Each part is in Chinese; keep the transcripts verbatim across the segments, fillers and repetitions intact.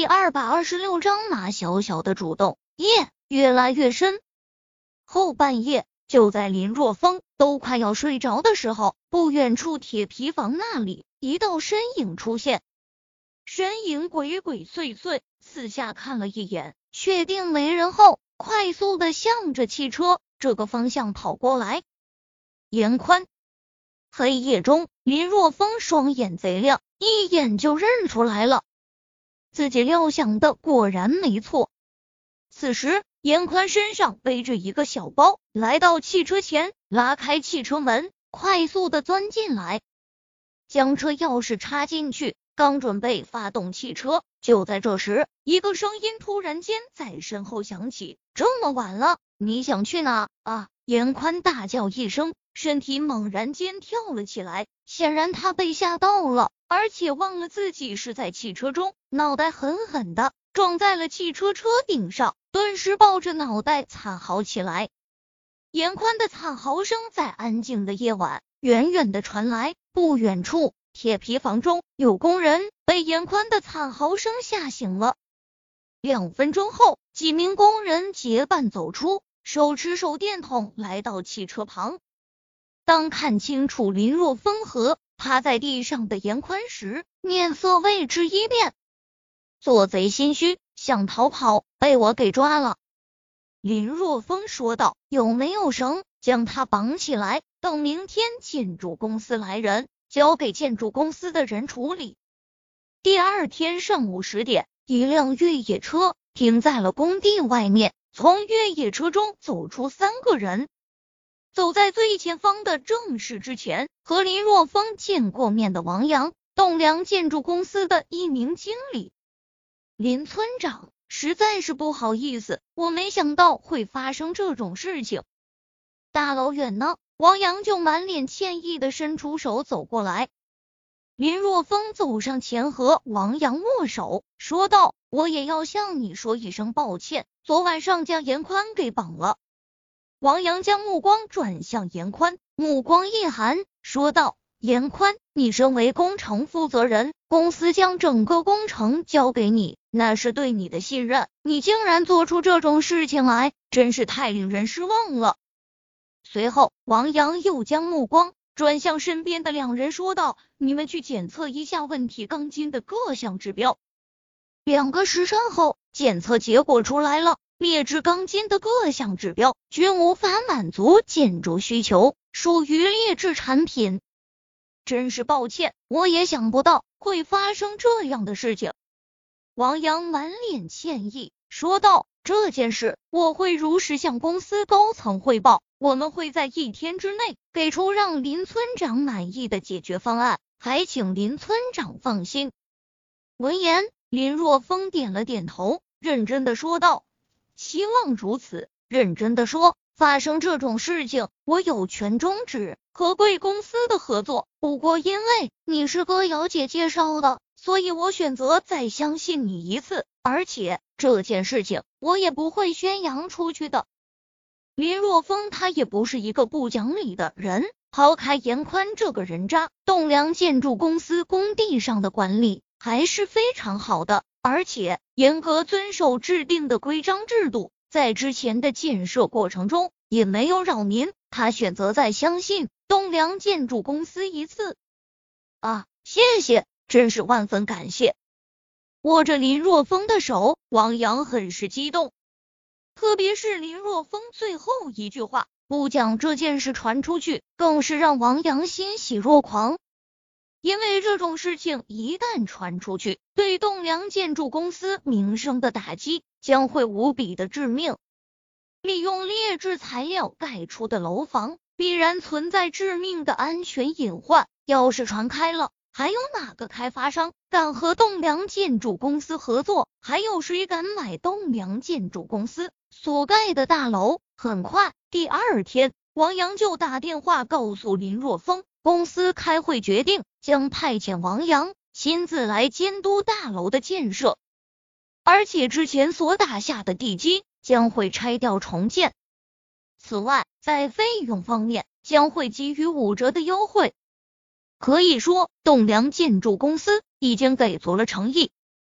第二百二十六章马小小的主动，夜越来越深。后半夜，就在林若风都快要睡着的时候，不远处铁皮房那里，一道身影出现。身影鬼鬼祟祟，四下看了一眼，确定没人后，快速的向着汽车这个方向跑过来。严宽。黑夜中，林若风双眼贼亮，一眼就认出来了。自己料想的果然没错。此时，严宽身上背着一个小包，来到汽车前，拉开汽车门，快速的钻进来，将车钥匙插进去，刚准备发动汽车，就在这时，一个声音突然间在身后响起：“这么晚了，你想去哪啊？”严宽大叫一声，身体猛然间跳了起来，显然他被吓到了，而且忘了自己是在汽车中，脑袋狠狠的撞在了汽车车顶上，顿时抱着脑袋惨嚎起来。严宽的惨嚎声在安静的夜晚远远的传来，不远处铁皮房中有工人被严宽的惨嚎声吓醒了。两分钟后，几名工人结伴走出，手持手电筒来到汽车旁。当看清楚林若风和趴在地上的严宽时，面色为之一变。做贼心虚，想逃跑，被我给抓了。林若风说道，有没有绳，将他绑起来，等明天建筑公司来人，交给建筑公司的人处理。第二天上午十点，一辆越野车停在了工地外面，从越野车中走出三个人。走在最前方的正是之前和林若风见过面的王阳，栋梁建筑公司的一名经理。林村长，实在是不好意思，我没想到会发生这种事情。大老远呢，王阳就满脸歉意的伸出手走过来。林若风走上前和王阳握手，说道，我也要向你说一声抱歉，昨晚上将严宽给绑了。王阳将目光转向严宽，目光一寒，说道，严宽，你身为工程负责人，公司将整个工程交给你，那是对你的信任，你竟然做出这种事情来，真是太令人失望了。随后，王阳又将目光转向身边的两人，说道，你们去检测一下问题钢筋的各项指标。两个时辰后，检测结果出来了，劣质钢筋的各项指标均无法满足建筑需求，属于劣质产品。真是抱歉，我也想不到会发生这样的事情。王阳满脸歉意，说道，这件事我会如实向公司高层汇报，我们会在一天之内给出让林村长满意的解决方案，还请林村长放心。闻言，林若风点了点头，认真的说道，希望如此。认真的说，发生这种事情，我有权终止和贵公司的合作，不过因为你是歌瑶姐介绍的，所以我选择再相信你一次，而且这件事情我也不会宣扬出去的。林若风他也不是一个不讲理的人，抛开严宽这个人渣，栋梁建筑公司工地上的管理还是非常好的，而且严格遵守制定的规章制度，在之前的建设过程中也没有扰民，他选择再相信栋梁建筑公司一次。啊，谢谢，真是万分感谢。握着林若风的手，王阳很是激动，特别是林若风最后一句话，不将这件事传出去，更是让王阳欣喜若狂。因为这种事情一旦传出去，对栋梁建筑公司名声的打击将会无比的致命。利用劣质材料盖出的楼房，必然存在致命的安全隐患，要是传开了，还有哪个开发商敢和栋梁建筑公司合作？还有谁敢买栋梁建筑公司所盖的大楼？很快，第二天，王阳就打电话告诉林若风，公司开会决定将派遣王阳亲自来监督大楼的建设，而且之前所打下的地基将会拆掉重建。此外，在费用方面将会给予五折的优惠。可以说，栋梁建筑公司已经给足了诚意。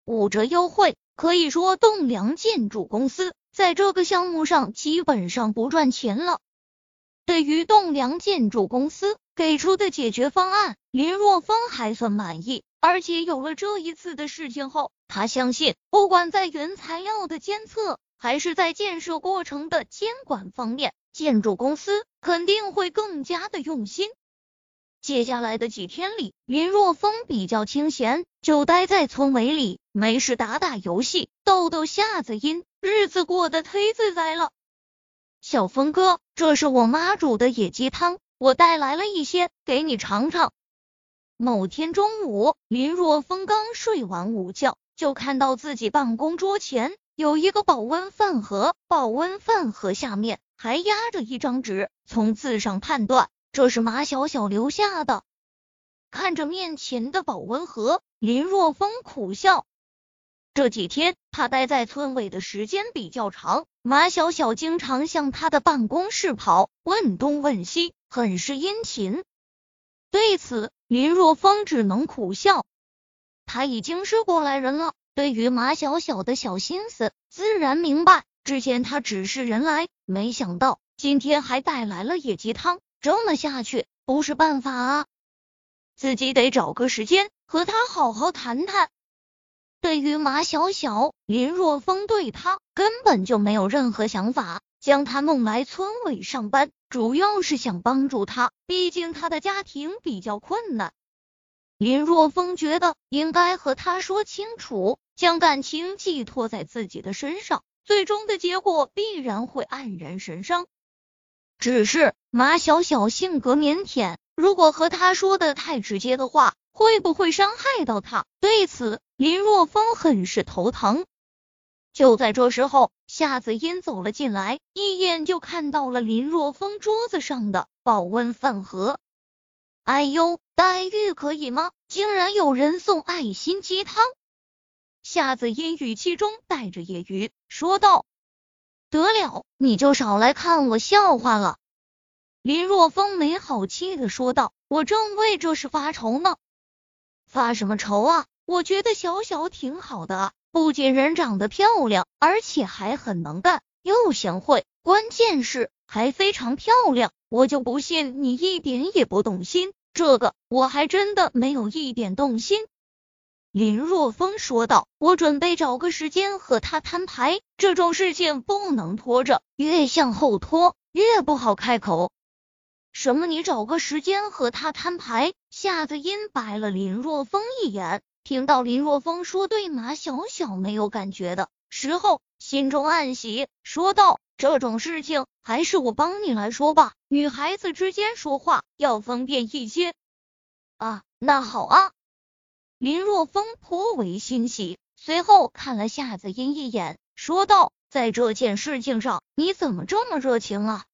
五折优惠。可以说栋梁建筑公司在这个项目上基本上不赚钱了。对于栋梁建筑公司给出的解决方案，林若风还算满意，而且有了这一次的事情后，他相信不管在原材料的监测，还是在建设过程的监管方面，建筑公司肯定会更加的用心。接下来的几天里，林若风比较清闲，就待在村委里，没事打打游戏，逗逗夏子音，日子过得忒自在了。小风哥，这是我妈煮的野鸡汤，我带来了一些，给你尝尝。某天中午，林若风刚睡完午觉，就看到自己办公桌前有一个保温饭盒，保温饭盒下面还压着一张纸，从字上判断这是马小小留下的。看着面前的保温盒，林若风苦笑。这几天他待在村委的时间比较长，马小小经常向他的办公室跑，问东问西，很是殷勤。对此，林若风只能苦笑。他已经是过来人了，对于马小小的小心思自然明白。之前他只是人来，没想到今天还带来了野鸡汤，这么下去不是办法啊，自己得找个时间和他好好谈谈。对于马小小，林若风对他根本就没有任何想法，将他弄来村委上班，主要是想帮助他，毕竟他的家庭比较困难。林若风觉得应该和他说清楚，将感情寄托在自己的身上，最终的结果必然会黯然神伤。只是马小小性格腼腆，如果和他说的太直接的话，会不会伤害到他？对此，林若风很是头疼。就在这时候，夏子音走了进来，一眼就看到了林若风桌子上的保温饭盒。哎呦，待遇可以吗？竟然有人送爱心鸡汤！夏子音语气中带着揶揄说道。得了，你就少来看我笑话了。林若风没好气的说道，我正为这事发愁呢。发什么愁啊？我觉得小小挺好的啊，不仅人长得漂亮，而且还很能干，又贤惠，关键是还非常漂亮。我就不信你一点也不动心，这个我还真的没有一点动心。林若风说道，我准备找个时间和他摊牌，这种事情不能拖着，越向后拖越不好开口。什么你找个时间和他摊牌？夏子音白了林若风一眼，听到林若风说对马小小没有感觉的时候，心中暗喜，说道，这种事情还是我帮你来说吧，女孩子之间说话要方便一些。啊，那好啊。林若风颇为欣喜，随后看了夏子音一眼，说道，在这件事情上你怎么这么热情啊？